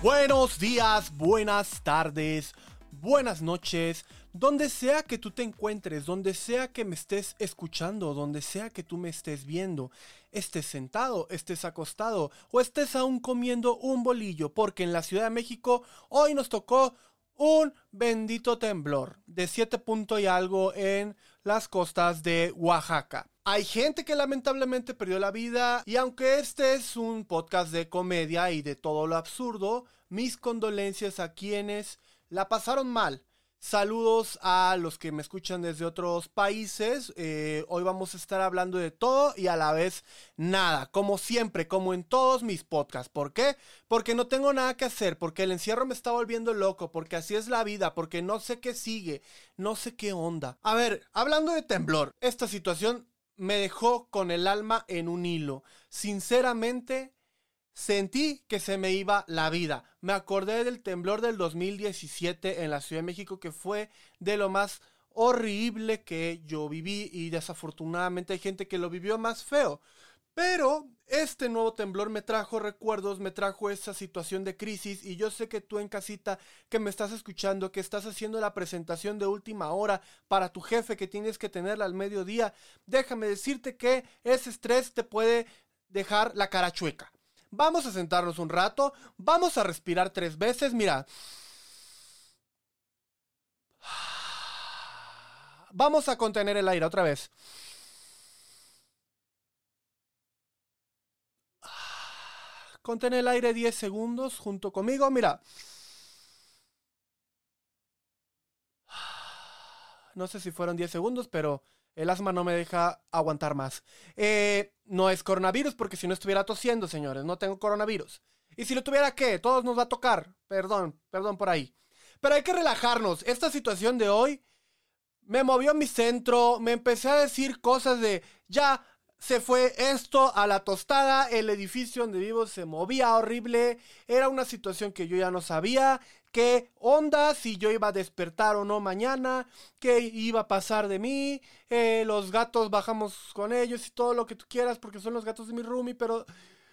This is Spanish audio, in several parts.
Buenos días, buenas tardes, buenas noches, donde sea que tú te encuentres, donde sea que me estés escuchando, donde sea que tú me estés viendo, estés sentado, estés acostado o estés aún comiendo un bolillo, porque en la Ciudad de México hoy nos tocó un bendito temblor de 7 puntos y algo en las costas de Oaxaca. Hay gente que lamentablemente perdió la vida y aunque este es un podcast de comedia y de todo lo absurdo, mis condolencias a quienes la pasaron mal. Saludos a los que me escuchan desde otros países. Hoy vamos a estar hablando de todo y a la vez nada, como siempre, como en todos mis podcasts. ¿Por qué? Porque no tengo nada que hacer, porque el encierro me está volviendo loco, porque así es la vida, porque no sé qué sigue, no sé qué onda. A ver, hablando de temblor, esta situación me dejó con el alma en un hilo. Sinceramente, sentí que se me iba la vida. Me acordé del temblor del 2017 en la Ciudad de México, que fue de lo más horrible que yo viví y desafortunadamente hay gente que lo vivió más feo. Pero este nuevo temblor me trajo recuerdos, me trajo esa situación de crisis y yo sé que tú en casita que me estás escuchando, que estás haciendo la presentación de última hora para tu jefe que tienes que tenerla al mediodía, déjame decirte que ese estrés te puede dejar la cara chueca. Vamos a sentarnos un rato, vamos a respirar 3 veces, mira. Vamos a contener el aire otra vez. Contén el aire 10 segundos junto conmigo, mira. No sé si fueron 10 segundos, pero el asma no me deja aguantar más. No es coronavirus, porque si no estuviera tosiendo, señores, no tengo coronavirus. Y si lo tuviera, ¿qué? Todos nos va a tocar. Perdón por ahí. Pero hay que relajarnos. Esta situación de hoy me movió mi centro, me empecé a decir cosas de ya se fue esto a la tostada, el edificio donde vivo se movía horrible, era una situación que yo ya no sabía qué onda, si yo iba a despertar o no mañana, qué iba a pasar de mí, los gatos bajamos con ellos y todo lo que tú quieras porque son los gatos de mi roomie, pero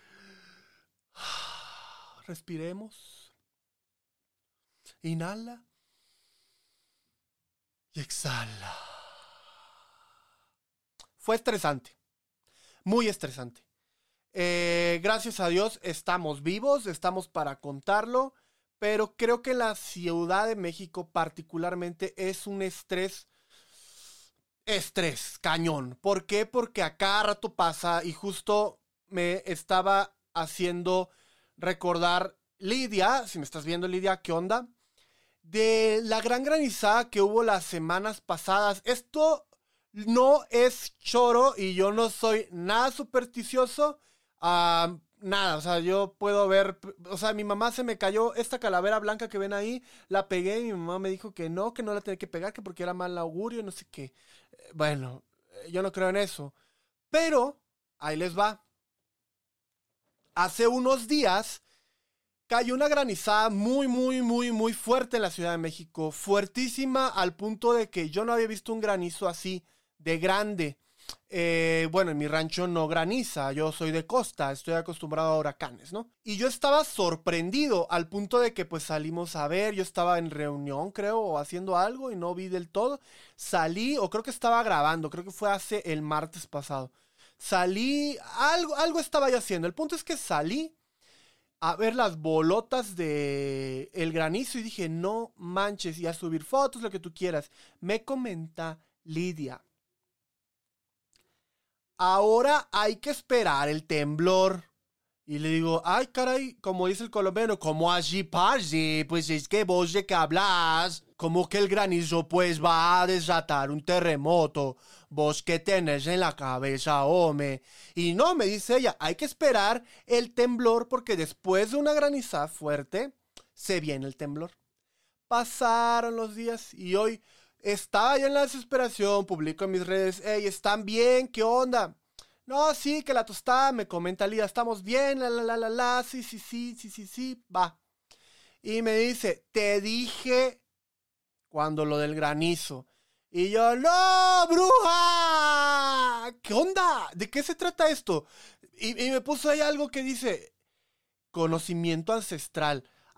respiremos, inhala y exhala. Fue estresante. Muy estresante. Gracias a Dios estamos vivos, estamos para contarlo, pero creo que la Ciudad de México particularmente es un estrés cañón. ¿Por qué? Porque a cada rato pasa y justo me estaba haciendo recordar Lidia, si me estás viendo Lidia, ¿qué onda? De la gran granizada que hubo las semanas pasadas. Esto no es choro y yo no soy nada supersticioso. Nada, o sea, yo puedo ver, o sea, mi mamá se me cayó esta calavera blanca que ven ahí, la pegué y mi mamá me dijo que no la tenía que pegar, que porque era mal augurio, no sé qué. Bueno, yo no creo en eso. Pero, ahí les va. Hace unos días cayó una granizada muy fuerte en la Ciudad de México. Fuertísima al punto de que yo no había visto un granizo así de grande. Bueno, en mi rancho no graniza, yo soy de costa, estoy acostumbrado a huracanes, ¿no? Y yo estaba sorprendido al punto de que pues salimos a ver, yo estaba en reunión creo o haciendo algo y no vi del todo. Salí, o creo que estaba grabando, creo que fue hace el martes pasado. Salí, algo estaba yo haciendo, el punto es que salí a ver las bolotas de el granizo y dije, no manches, y a subir fotos, lo que tú quieras. Me comenta Lidia: ahora hay que esperar el temblor. Y le digo, ay caray, como dice el colombiano, como allí parce, pues es que vos de qué hablas, como que el granizo pues va a desatar un terremoto, vos qué tenés en la cabeza, hombre. Y no, me dice ella, hay que esperar el temblor porque después de una granizada fuerte, se viene el temblor. Pasaron los días y hoy estaba yo en la desesperación, publico en mis redes, hey, ¿están bien? ¿Qué onda? No, sí, que la tostada, me comenta Lida, estamos bien, sí, va. Y me dice, te dije cuando lo del granizo. Y yo, no, bruja, ¿qué onda? ¿De qué se trata esto? Y me puso ahí algo que dice, conocimiento ancestral.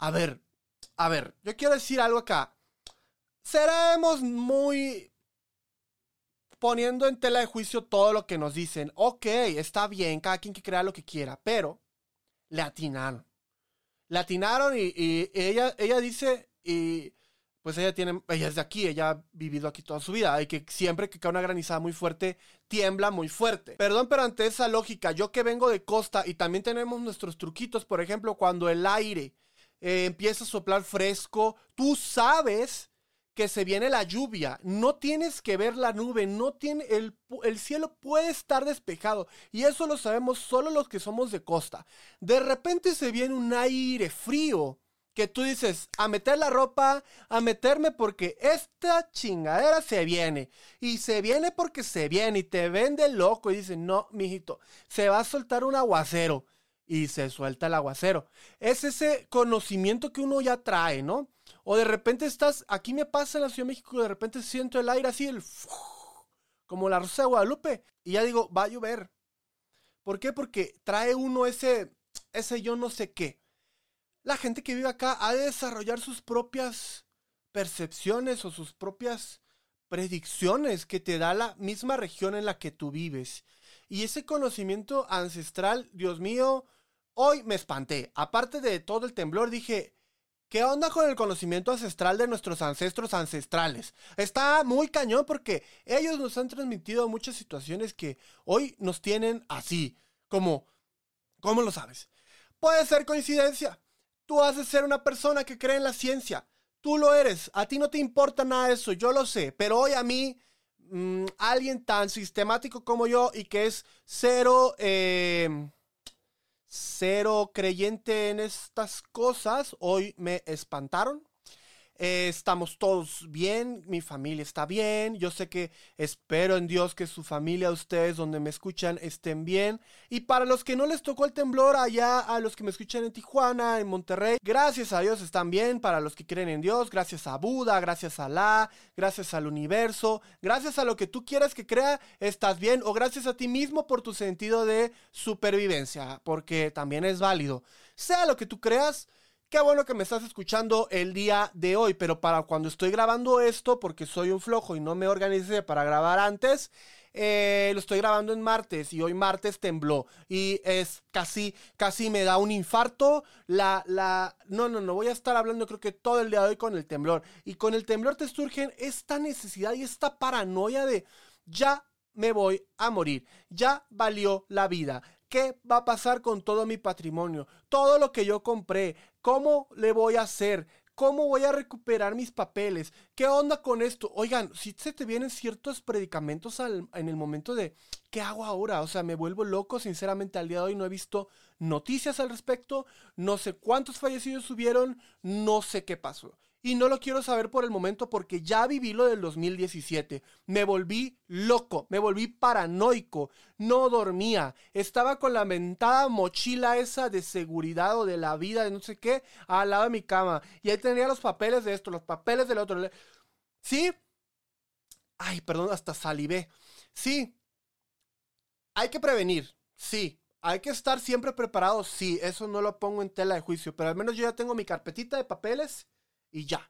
A ver, yo quiero decir algo acá. Seremos muy poniendo en tela de juicio todo lo que nos dicen. Ok, está bien, cada quien que crea lo que quiera, pero le atinaron. Le atinaron y ella dice, y pues ella es de aquí, ella ha vivido aquí toda su vida, y que siempre que cae una granizada muy fuerte, tiembla muy fuerte. Perdón, pero ante esa lógica, yo que vengo de costa y también tenemos nuestros truquitos, por ejemplo, cuando el aire empieza a soplar fresco, tú sabes que se viene la lluvia, no tienes que ver la nube, no tiene, el cielo puede estar despejado, y eso lo sabemos solo los que somos de costa. De repente se viene un aire frío, que tú dices, a meter la ropa, a meterme porque esta chingadera se viene, y se viene porque se viene, y te vende loco, y dice, no, mijito, se va a soltar un aguacero, y se suelta el aguacero. Es ese conocimiento que uno ya trae, ¿no? O de repente aquí me pasa en la Ciudad de México, de repente siento el aire así, como la Rosa de Guadalupe, y ya digo, va a llover. ¿Por qué? Porque trae uno ese yo no sé qué. La gente que vive acá ha de desarrollar sus propias percepciones o sus propias predicciones que te da la misma región en la que tú vives. Y ese conocimiento ancestral, Dios mío, hoy me espanté. Aparte de todo el temblor, dije, ¿qué onda con el conocimiento ancestral de nuestros ancestros ancestrales? Está muy cañón porque ellos nos han transmitido muchas situaciones que hoy nos tienen así, como, ¿cómo lo sabes? Puede ser coincidencia. Tú has de ser una persona que cree en la ciencia. Tú lo eres. A ti no te importa nada de eso, yo lo sé. Pero hoy a mí, alguien tan sistemático como yo y que es cero creyente en estas cosas, hoy me espantaron. Estamos todos bien, mi familia está bien, yo sé que espero en Dios que su familia, ustedes donde me escuchan, estén bien. Y para los que no les tocó el temblor allá, a los que me escuchan en Tijuana, en Monterrey, gracias a Dios están bien. Para los que creen en Dios, gracias a Buda, gracias a Alá, gracias al universo, gracias a lo que tú quieras que crea, estás bien. O gracias a ti mismo por tu sentido de supervivencia, porque también es válido. Sea lo que tú creas. Qué bueno que me estás escuchando el día de hoy, pero para cuando estoy grabando esto, porque soy un flojo y no me organicé para grabar antes, lo estoy grabando en martes y hoy martes tembló y es casi me da un infarto. No, voy a estar hablando creo que todo el día de hoy con el temblor, y con el temblor te surgen esta necesidad y esta paranoia de ya me voy a morir, ya valió la vida. ¿Qué va a pasar con todo mi patrimonio? Todo lo que yo compré, ¿cómo le voy a hacer? ¿Cómo voy a recuperar mis papeles? ¿Qué onda con esto? Oigan, si se te vienen ciertos predicamentos en el momento de ¿qué hago ahora? O sea, me vuelvo loco, sinceramente al día de hoy no he visto noticias al respecto, no sé cuántos fallecidos hubieron, no sé qué pasó. Y no lo quiero saber por el momento porque ya viví lo del 2017. Me volví loco, me volví paranoico, no dormía. Estaba con la mentada mochila esa de seguridad o de la vida, de no sé qué, al lado de mi cama. Y ahí tenía los papeles de esto, los papeles del otro. ¿Sí? Ay, perdón, hasta salivé. Sí, hay que prevenir, sí. Hay que estar siempre preparados, sí. Eso no lo pongo en tela de juicio. Pero al menos yo ya tengo mi carpetita de papeles. Y ya.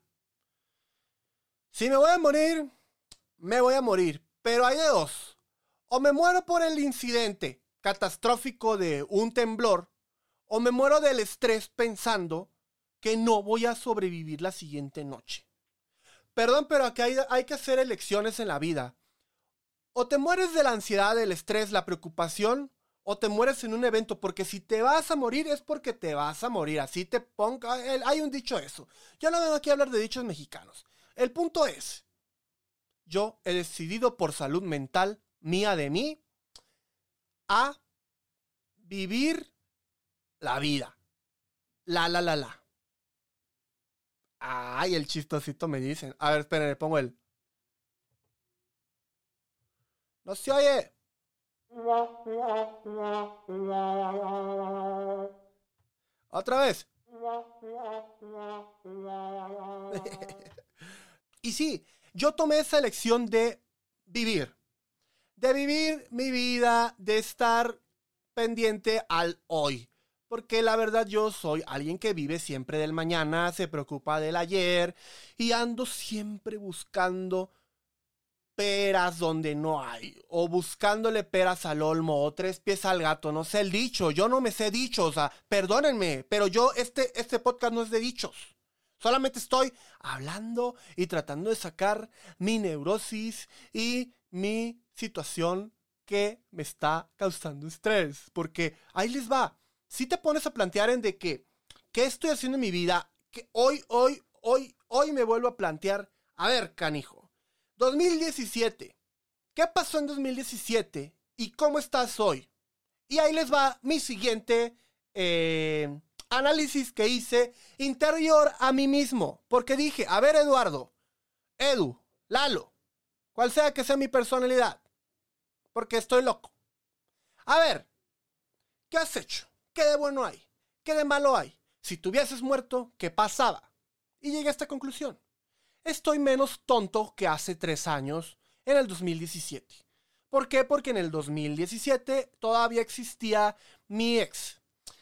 Si me voy a morir, me voy a morir. Pero hay de dos. O me muero por el incidente catastrófico de un temblor, o me muero del estrés pensando que no voy a sobrevivir la siguiente noche. Perdón, pero aquí hay que hacer elecciones en la vida. O te mueres de la ansiedad, del estrés, la preocupación, o te mueres en un evento, porque si te vas a morir es porque te vas a morir, así te ponga, hay un dicho eso. Yo no vengo aquí a hablar de dichos mexicanos. El punto es, yo he decidido por salud mental mía de mí a vivir la vida. La. Ay, el chistosito me dicen. A ver, esperen, le pongo el. No se oye. Otra vez. Y sí, yo tomé esa elección de vivir mi vida, de estar pendiente al hoy. Porque la verdad yo soy alguien que vive siempre del mañana, se preocupa del ayer y ando siempre buscando peras donde no hay, o buscándole peras al olmo, o tres pies al gato, no sé el dicho, yo no me sé dichos, o sea, perdónenme, pero yo, este podcast no es de dichos, solamente estoy hablando y tratando de sacar mi neurosis y mi situación que me está causando estrés, porque ahí les va, si te pones a plantear en de que, ¿qué estoy haciendo en mi vida? Que hoy me vuelvo a plantear, a ver, canijo, 2017. ¿Qué pasó en 2017? ¿Y cómo estás hoy? Y ahí les va mi siguiente análisis que hice interior a mí mismo. Porque dije, a ver, Eduardo, Edu, Lalo, cual sea que sea mi personalidad. Porque estoy loco. A ver, ¿qué has hecho? ¿Qué de bueno hay? ¿Qué de malo hay? Si te hubieses muerto, ¿qué pasaba? Y llegué a esta conclusión. Estoy menos tonto que hace 3 años, en el 2017. ¿Por qué? Porque en el 2017 todavía existía mi ex.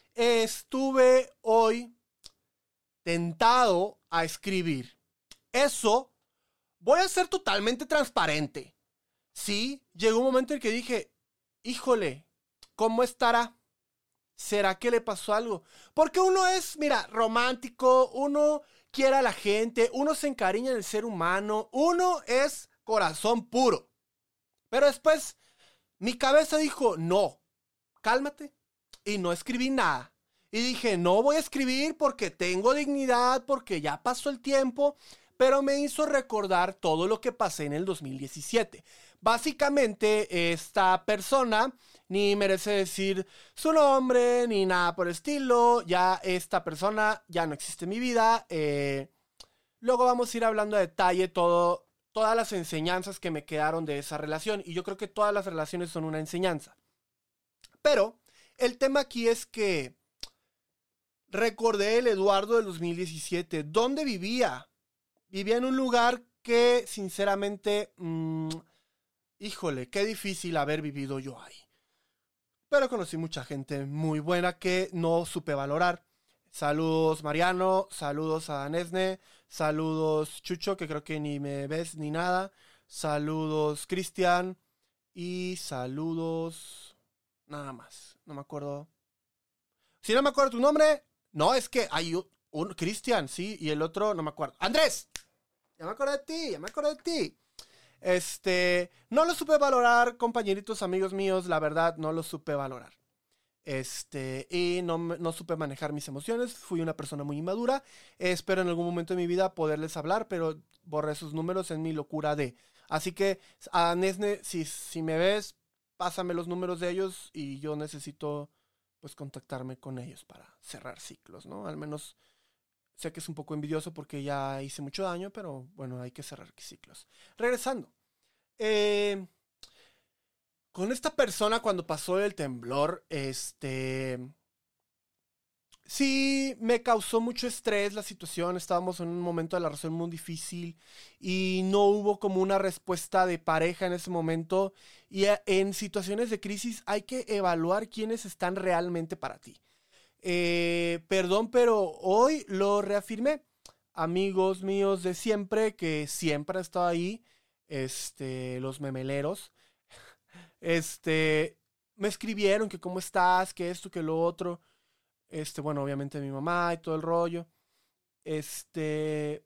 Estuve hoy tentado a escribir. Eso, voy a ser totalmente transparente. Sí, llegó un momento en que dije, híjole, ¿cómo estará? ¿Será que le pasó algo? Porque uno es, mira, romántico, uno quiere a la gente, uno se encariña en el ser humano, uno es corazón puro. Pero después mi cabeza dijo, no, cálmate. Y no escribí nada. Y dije, no voy a escribir porque tengo dignidad, porque ya pasó el tiempo, pero me hizo recordar todo lo que pasé en el 2017. Básicamente, esta persona ni merece decir su nombre, ni nada por el estilo. Ya esta persona ya no existe en mi vida. Luego vamos a ir hablando a detalle todas las enseñanzas que me quedaron de esa relación. Y yo creo que todas las relaciones son una enseñanza. Pero el tema aquí es que recordé el Eduardo del 2017. ¿Dónde vivía? Vivía en un lugar que, sinceramente, híjole, qué difícil haber vivido yo ahí. Pero conocí mucha gente muy buena que no supe valorar. Saludos Mariano, saludos a Danesne, saludos Chucho, que creo que ni me ves ni nada. Saludos Cristian y saludos... Nada más, no me acuerdo. Si no me acuerdo tu nombre, no, es que hay un Cristian, sí, y el otro no me acuerdo. ¡Andrés! Ya me acuerdo de ti, ya me acuerdo de ti. No lo supe valorar, compañeritos, amigos míos, la verdad, no lo supe valorar. Y no supe manejar mis emociones, fui una persona muy inmadura. Espero en algún momento de mi vida poderles hablar, pero borré sus números en mi locura de. Así que, a Nesne, si me ves, pásame los números de ellos y yo necesito, pues, contactarme con ellos para cerrar ciclos, ¿no? Al menos sé que es un poco envidioso porque ya hice mucho daño, pero bueno, hay que cerrar ciclos. Regresando. Con esta persona cuando pasó el temblor, sí me causó mucho estrés la situación, estábamos en un momento de la relación muy difícil y no hubo como una respuesta de pareja en ese momento y en situaciones de crisis hay que evaluar quiénes están realmente para ti. Perdón, pero hoy lo reafirmé. Amigos míos de siempre, que siempre han estado ahí, los memeleros, me escribieron que cómo estás, que esto, que lo otro. Bueno, obviamente mi mamá y todo el rollo. En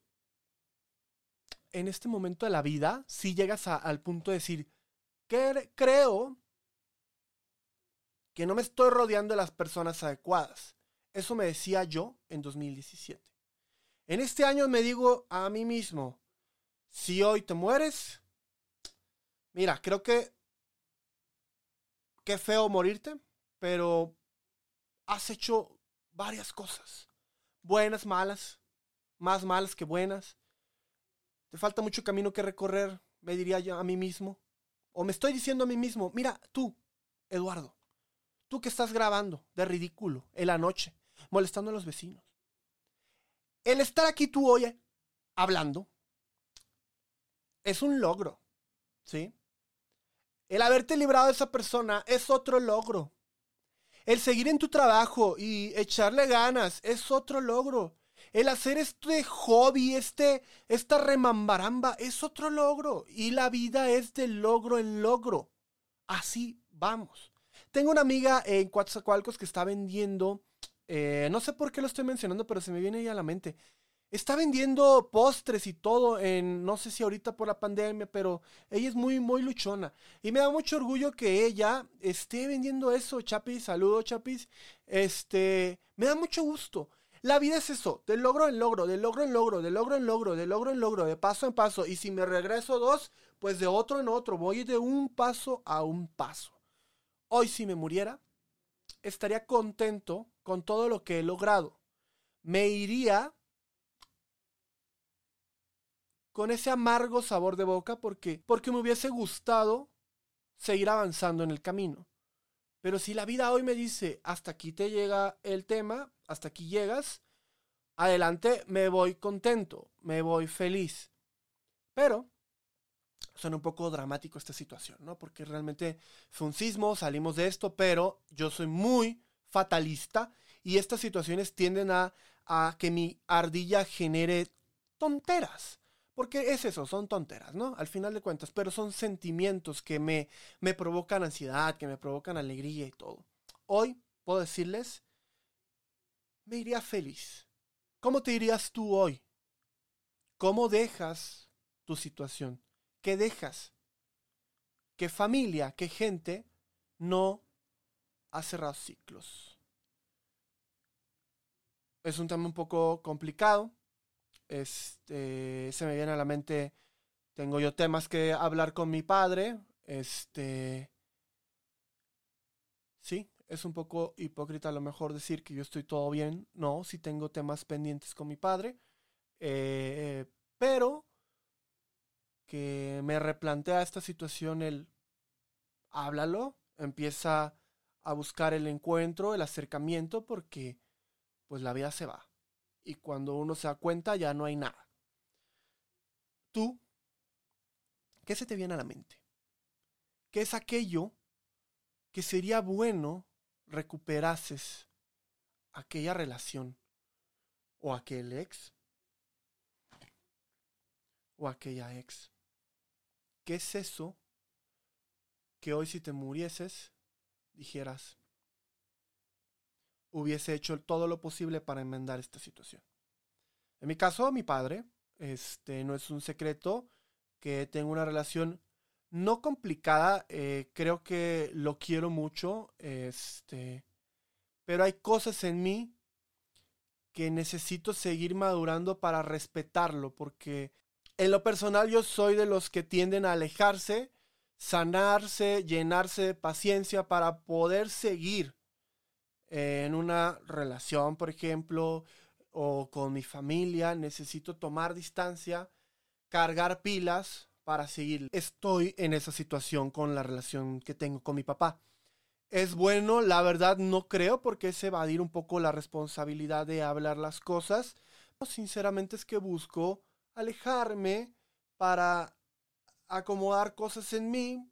este momento de la vida, si llegas al punto de decir, creo que no me estoy rodeando de las personas adecuadas. Eso me decía yo en 2017. En este año me digo a mí mismo, si hoy te mueres, mira, creo que qué feo morirte, pero has hecho varias cosas. Buenas, malas, más malas que buenas. Te falta mucho camino que recorrer, me diría yo a mí mismo. O me estoy diciendo a mí mismo, mira, tú, Eduardo, tú que estás grabando de ridículo en la noche, molestando a los vecinos. El estar aquí tú hoy hablando es un logro, ¿sí? El haberte librado de esa persona es otro logro. El seguir en tu trabajo y echarle ganas es otro logro. El hacer este hobby, esta remambaramba es otro logro. Y la vida es de logro en logro. Así vamos. Tengo una amiga en Coatzacoalcos que está vendiendo, no sé por qué lo estoy mencionando, pero se me viene ya a la mente. Está vendiendo postres y todo no sé si ahorita por la pandemia, pero ella es muy, muy luchona. Y me da mucho orgullo que ella esté vendiendo eso, Chapis. Saludos, Chapis. Me da mucho gusto. La vida es eso, de logro en logro, de logro en logro, de logro en logro, de logro en logro, de paso en paso. Y si me regreso dos, pues de otro en otro. Voy de un paso a un paso. Hoy, si me muriera, estaría contento con todo lo que he logrado. Me iría con ese amargo sabor de boca porque me hubiese gustado seguir avanzando en el camino. Pero si la vida hoy me dice, hasta aquí te llega el tema, hasta aquí llegas, adelante, me voy contento, me voy feliz. Pero suena un poco dramático esta situación, ¿no? Porque realmente fue un sismo, salimos de esto, pero yo soy muy fatalista y estas situaciones tienden a que mi ardilla genere tonteras. Porque es eso, son tonteras, ¿no? Al final de cuentas, pero son sentimientos que me provocan ansiedad, que me provocan alegría y todo. Hoy, puedo decirles, me iría feliz. ¿Cómo te irías tú hoy? ¿Cómo dejas tu situación? ¿Qué dejas? ¿Qué familia, qué gente no ha cerrado ciclos? Es un tema un poco complicado. Se me viene a la mente, tengo yo temas que hablar con mi padre. Sí, es un poco hipócrita a lo mejor decir que yo estoy todo bien. No, sí tengo temas pendientes con mi padre. Pero que me replantea esta situación, háblalo, empieza a buscar el encuentro, el acercamiento, porque pues la vida se va. Y cuando uno se da cuenta ya no hay nada. Tú, ¿qué se te viene a la mente? ¿Qué es aquello que sería bueno recuperases aquella relación? ¿O aquel ex? ¿O aquella ex? ¿Qué es eso que hoy si te murieses dijeras, hubiese hecho todo lo posible para enmendar esta situación? En mi caso, mi padre, no es un secreto que tengo una relación no complicada, creo que lo quiero mucho, pero hay cosas en mí que necesito seguir madurando para respetarlo, porque en lo personal yo soy de los que tienden a alejarse, sanarse, llenarse de paciencia para poder seguir en una relación, por ejemplo, o con mi familia. Necesito tomar distancia, cargar pilas para seguir. Estoy en esa situación con la relación que tengo con mi papá. Es bueno, la verdad no creo, porque es evadir un poco la responsabilidad de hablar las cosas. Sinceramente es que busco alejarme para acomodar cosas en mí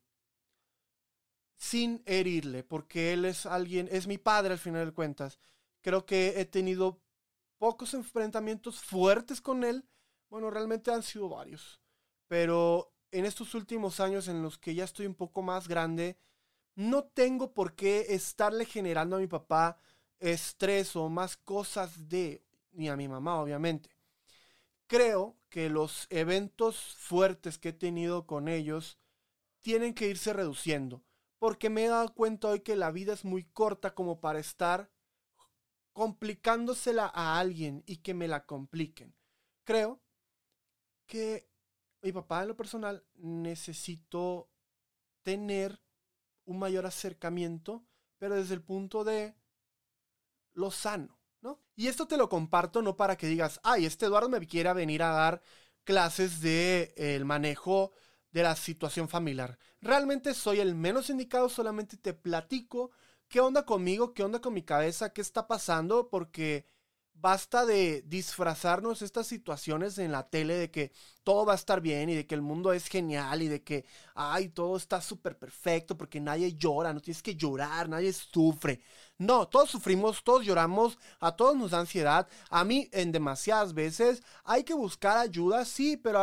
sin herirle, porque él es alguien, es mi padre al final de cuentas. Creo que he tenido pocos enfrentamientos fuertes con él. Bueno, realmente han sido varios. Pero en estos últimos años en los que ya estoy un poco más grande, no tengo por qué estarle generando a mi papá estrés o más cosas ni a mi mamá, obviamente. Creo que los eventos fuertes que he tenido con ellos tienen que irse reduciendo, porque me he dado cuenta hoy que la vida es muy corta como para estar complicándosela a alguien y que me la compliquen. Creo que mi papá, en lo personal, necesito tener un mayor acercamiento, pero desde el punto de lo sano, ¿no? Y esto te lo comparto no para que digas, ay, Eduardo me quiera venir a dar clases de el manejo de la situación familiar. Realmente soy el menos indicado, solamente te platico qué onda conmigo, qué onda con mi cabeza, qué está pasando, porque Basta de disfrazarnos estas situaciones en la tele de que todo va a estar bien y de que el mundo es genial y de que, ay, todo está súper perfecto porque nadie llora, no tienes que llorar, nadie sufre. No, todos sufrimos, todos lloramos, a todos nos da ansiedad. A mí, en demasiadas veces, hay que buscar ayuda, sí, pero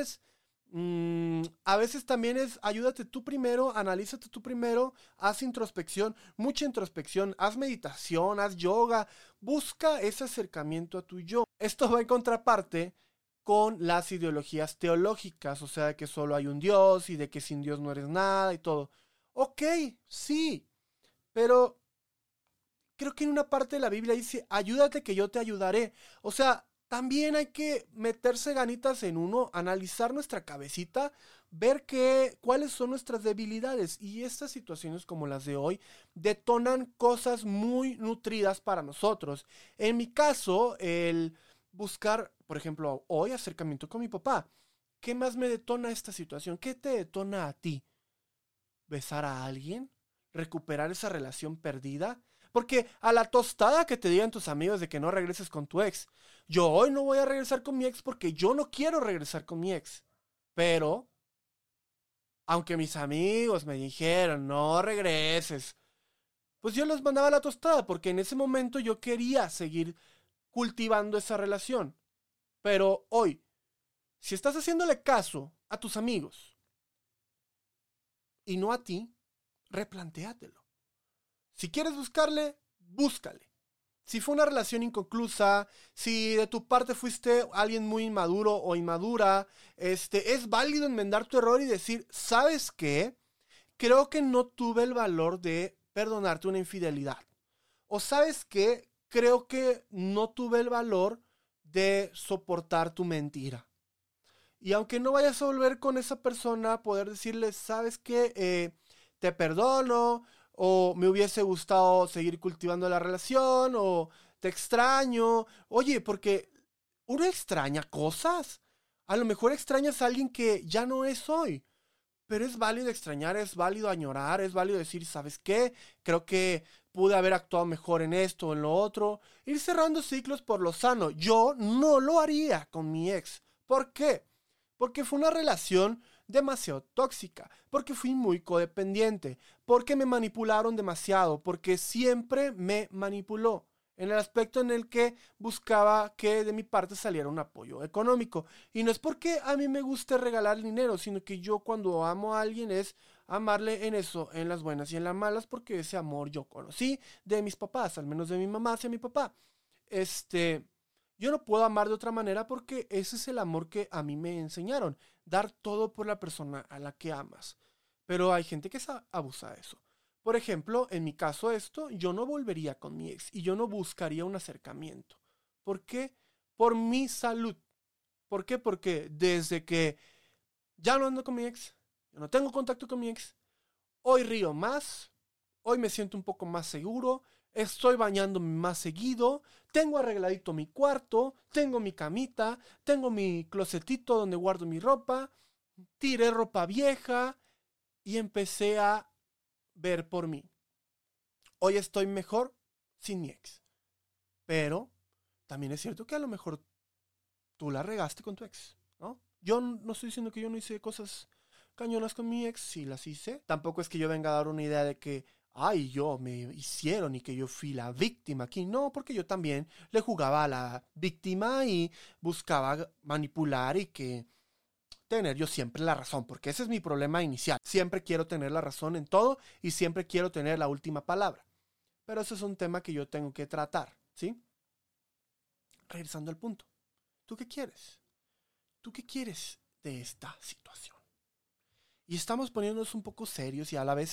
a veces también es ayúdate tú primero, analízate tú primero, haz introspección, mucha introspección, haz meditación, haz yoga, busca ese acercamiento a tu yo. Esto va en contraparte con las ideologías teológicas, o sea, de que solo hay un Dios y de que sin Dios no eres nada y todo. Ok, sí, pero creo que en una parte de la Biblia dice, ayúdate que yo te ayudaré. O sea, también hay que meterse ganitas en uno, analizar nuestra cabecita, ver cuáles son nuestras debilidades. Y estas situaciones como las de hoy detonan cosas muy nutridas para nosotros. En mi caso, el buscar, por ejemplo, hoy acercamiento con mi papá. ¿Qué más me detona esta situación? ¿Qué te detona a ti? ¿Besar a alguien? ¿Recuperar esa relación perdida? Porque a la tostada que te digan tus amigos de que no regreses con tu ex. Yo hoy no voy a regresar con mi ex porque yo no quiero regresar con mi ex. Pero, aunque mis amigos me dijeron, no regreses, pues yo los mandaba a la tostada porque en ese momento yo quería seguir cultivando esa relación. Pero hoy, si estás haciéndole caso a tus amigos y no a ti, replantéatelo. Si quieres buscarle, búscale. Si fue una relación inconclusa, si de tu parte fuiste alguien muy inmaduro o inmadura, es válido enmendar tu error y decir, ¿sabes qué? Creo que no tuve el valor de perdonarte una infidelidad. O ¿sabes qué? Creo que no tuve el valor de soportar tu mentira. Y aunque no vayas a volver con esa persona, poder decirle, ¿sabes qué? Te perdono, o me hubiese gustado seguir cultivando la relación, o te extraño. Oye, porque uno extraña cosas. A lo mejor extrañas a alguien que ya no es hoy. Pero es válido extrañar, es válido añorar, es válido decir, ¿sabes qué? Creo que pude haber actuado mejor en esto o en lo otro. Ir cerrando ciclos por lo sano. Yo no lo haría con mi ex. ¿Por qué? Porque fue una relación demasiado tóxica, porque fui muy codependiente, porque me manipularon demasiado, porque siempre me manipuló en el aspecto en el que buscaba que de mi parte saliera un apoyo económico. Y no es porque a mí me guste regalar dinero, sino que yo cuando amo a alguien es amarle en eso, en las buenas y en las malas, porque ese amor yo conocí de mis papás, al menos de mi mamá hacia mi papá. Yo no puedo amar de otra manera porque ese es el amor que a mí me enseñaron, dar todo por la persona a la que amas. Pero hay gente que abusa de eso. Por ejemplo, en mi caso yo no volvería con mi ex y yo no buscaría un acercamiento. ¿Por qué? Por mi salud. ¿Por qué? Porque desde que ya no ando con mi ex, ya no tengo contacto con mi ex, hoy río más, hoy me siento un poco más seguro, estoy bañándome más seguido, tengo arregladito mi cuarto, tengo mi camita, tengo mi closetito donde guardo mi ropa, tiré ropa vieja y empecé a ver por mí. Hoy estoy mejor sin mi ex. Pero también es cierto que a lo mejor tú la regaste con tu ex, ¿no? Yo no estoy diciendo que yo no hice cosas cañonas con mi ex, sí las hice. Tampoco es que yo venga a dar una idea de que, ay, yo me hicieron y que yo fui la víctima aquí. No, porque yo también le jugaba a la víctima y buscaba manipular y que tener yo siempre la razón, porque ese es mi problema inicial. Siempre quiero tener la razón en todo y siempre quiero tener la última palabra. Pero eso es un tema que yo tengo que tratar, ¿sí? Regresando al punto. ¿Tú qué quieres? ¿Tú qué quieres de esta situación? Y estamos poniéndonos un poco serios y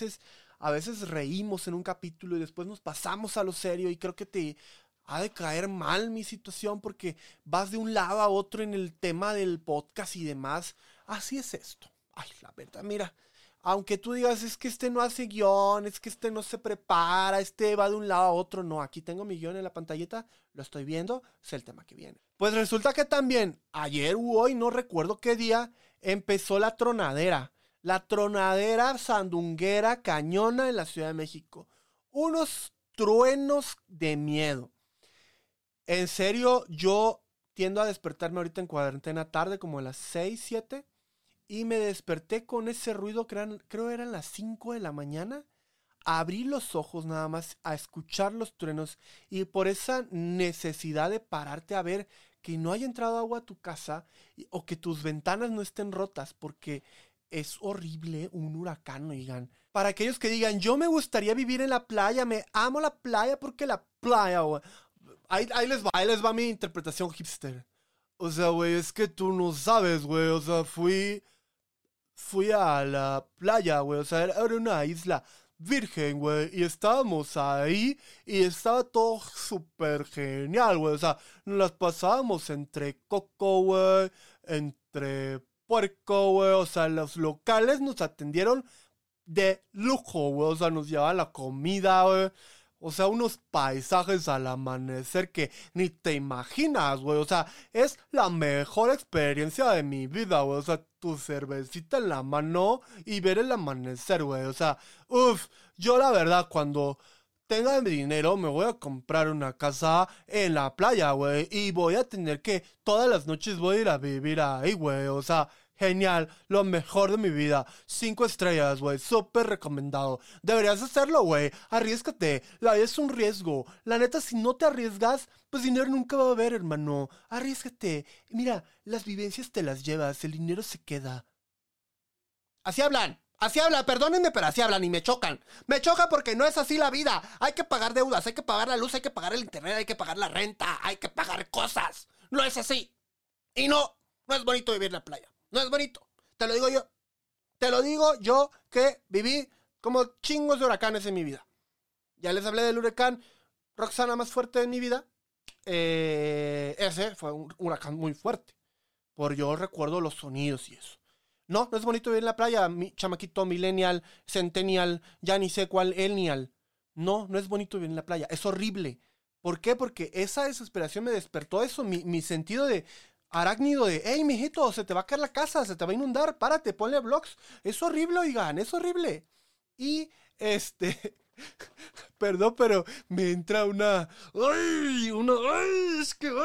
a veces reímos en un capítulo y después nos pasamos a lo serio y creo que te ha de caer mal mi situación porque vas de un lado a otro en el tema del podcast y demás. Así es esto. Ay, la verdad, mira, aunque tú digas es que no hace guión, es que no se prepara, va de un lado a otro, no, aquí tengo mi guión en la pantallita, lo estoy viendo, es el tema que viene. Pues resulta que también ayer u hoy, no recuerdo qué día, empezó la tronadera. La tronadera sandunguera cañona en la Ciudad de México. Unos truenos de miedo. En serio, yo tiendo a despertarme ahorita en cuarentena tarde, como a las 6, 7. Y me desperté con ese ruido que creo eran las 5 de la mañana. Abrí los ojos nada más a escuchar los truenos. Y por esa necesidad de pararte a ver que no haya entrado agua a tu casa o que tus ventanas no estén rotas. Porque es horrible un huracán, oigan. Para aquellos que digan, yo me gustaría vivir en la playa, me amo la playa porque la playa, güey. Ahí les va mi interpretación hipster. O sea, güey, es que tú no sabes, güey. O sea, fui a la playa, güey. O sea, era una isla virgen, güey. Y estábamos ahí y estaba todo súper genial, güey. O sea, nos las pasábamos entre coco, güey. Entre puerco, güey. O sea, los locales nos atendieron de lujo, güey. O sea, nos llevaban la comida, güey. O sea, unos paisajes al amanecer que ni te imaginas, güey. O sea, es la mejor experiencia de mi vida, güey. O sea, tu cervecita en la mano y ver el amanecer, güey. O sea, yo la verdad, cuando tenga mi dinero, me voy a comprar una casa en la playa, güey. Y voy a tener que, todas las noches voy a ir a vivir ahí, güey. O sea, genial, lo mejor de mi vida. 5 estrellas, güey, súper recomendado. Deberías hacerlo, güey, arriésgate. La vida es un riesgo. La neta, si no te arriesgas, pues dinero nunca va a haber, hermano. Arriésgate. Mira, las vivencias te las llevas, el dinero se queda. Así hablan, perdónenme, pero así hablan y me chocan. Me choca porque no es así la vida. Hay que pagar deudas, hay que pagar la luz, hay que pagar el internet, hay que pagar la renta, hay que pagar cosas. No es así. Y no es bonito vivir en la playa. No es bonito. Te lo digo yo. Te lo digo yo que viví como chingos de huracanes en mi vida. Ya les hablé del huracán Roxana más fuerte de mi vida. Ese fue un huracán muy fuerte. Por yo recuerdo los sonidos y eso. No es bonito vivir en la playa, mi chamaquito millennial, centennial, ya ni sé cuál etnial. No es bonito vivir en la playa. Es horrible. ¿Por qué? Porque esa desesperación me despertó eso, mi sentido de arácnido de, hey, mijito, se te va a caer la casa, se te va a inundar, párate, ponle vlogs. Es horrible, oigan, es horrible. Y, perdón, pero me entra es que,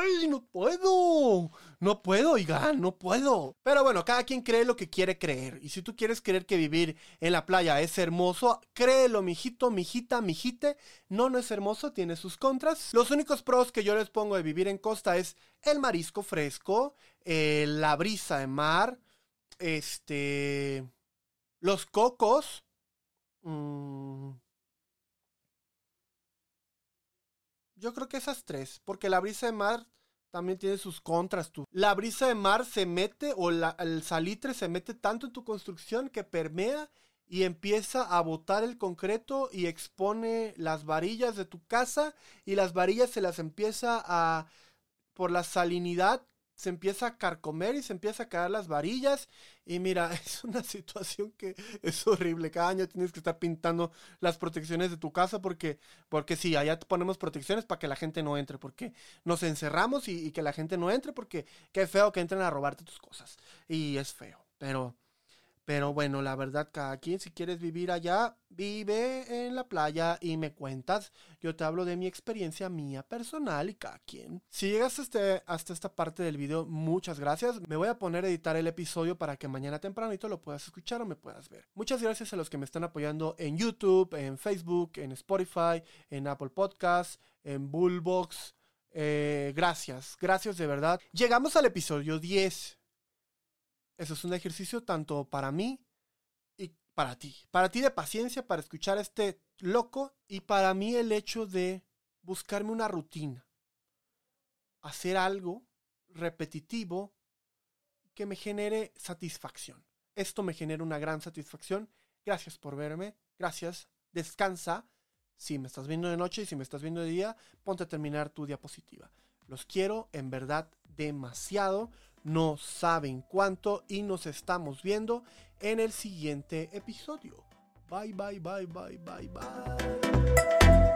no puedo, oigan, no puedo. Pero bueno, cada quien cree lo que quiere creer. Y si tú quieres creer que vivir en la playa es hermoso, créelo, mijito, mijita, mijite. No es hermoso, tiene sus contras. Los únicos pros que yo les pongo de vivir en costa es el marisco fresco, la brisa de mar, los cocos. Yo creo que esas 3, porque la brisa de mar también tiene sus contras, tú. La brisa de mar se mete, o el salitre se mete tanto en tu construcción que permea y empieza a botar el concreto y expone las varillas de tu casa, y las varillas se las empieza por la salinidad, se empieza a carcomer y se empieza a caer las varillas. Y mira, es una situación que es horrible. Cada año tienes que estar pintando las protecciones de tu casa porque sí, allá te ponemos protecciones para que la gente no entre, porque nos encerramos y que la gente no entre, porque qué feo que entren a robarte tus cosas. Y es feo, pero bueno, la verdad, cada quien, si quieres vivir allá, vive en la playa y me cuentas. Yo te hablo de mi experiencia mía personal y cada quien. Si llegas hasta esta parte del video, muchas gracias. Me voy a poner a editar el episodio para que mañana tempranito lo puedas escuchar o me puedas ver. Muchas gracias a los que me están apoyando en YouTube, en Facebook, en Spotify, en Apple Podcasts, en Bullbox. Gracias de verdad. Llegamos al episodio 10. Eso es un ejercicio tanto para mí y para ti. Para ti de paciencia, para escuchar a este loco, y para mí el hecho de buscarme una rutina. Hacer algo repetitivo que me genere satisfacción. Esto me genera una gran satisfacción. Gracias por verme. Gracias. Descansa. Si me estás viendo de noche y si me estás viendo de día, ponte a terminar tu diapositiva. Los quiero en verdad demasiado. No saben cuánto, y nos estamos viendo en el siguiente episodio. Bye, bye, bye, bye, bye, bye.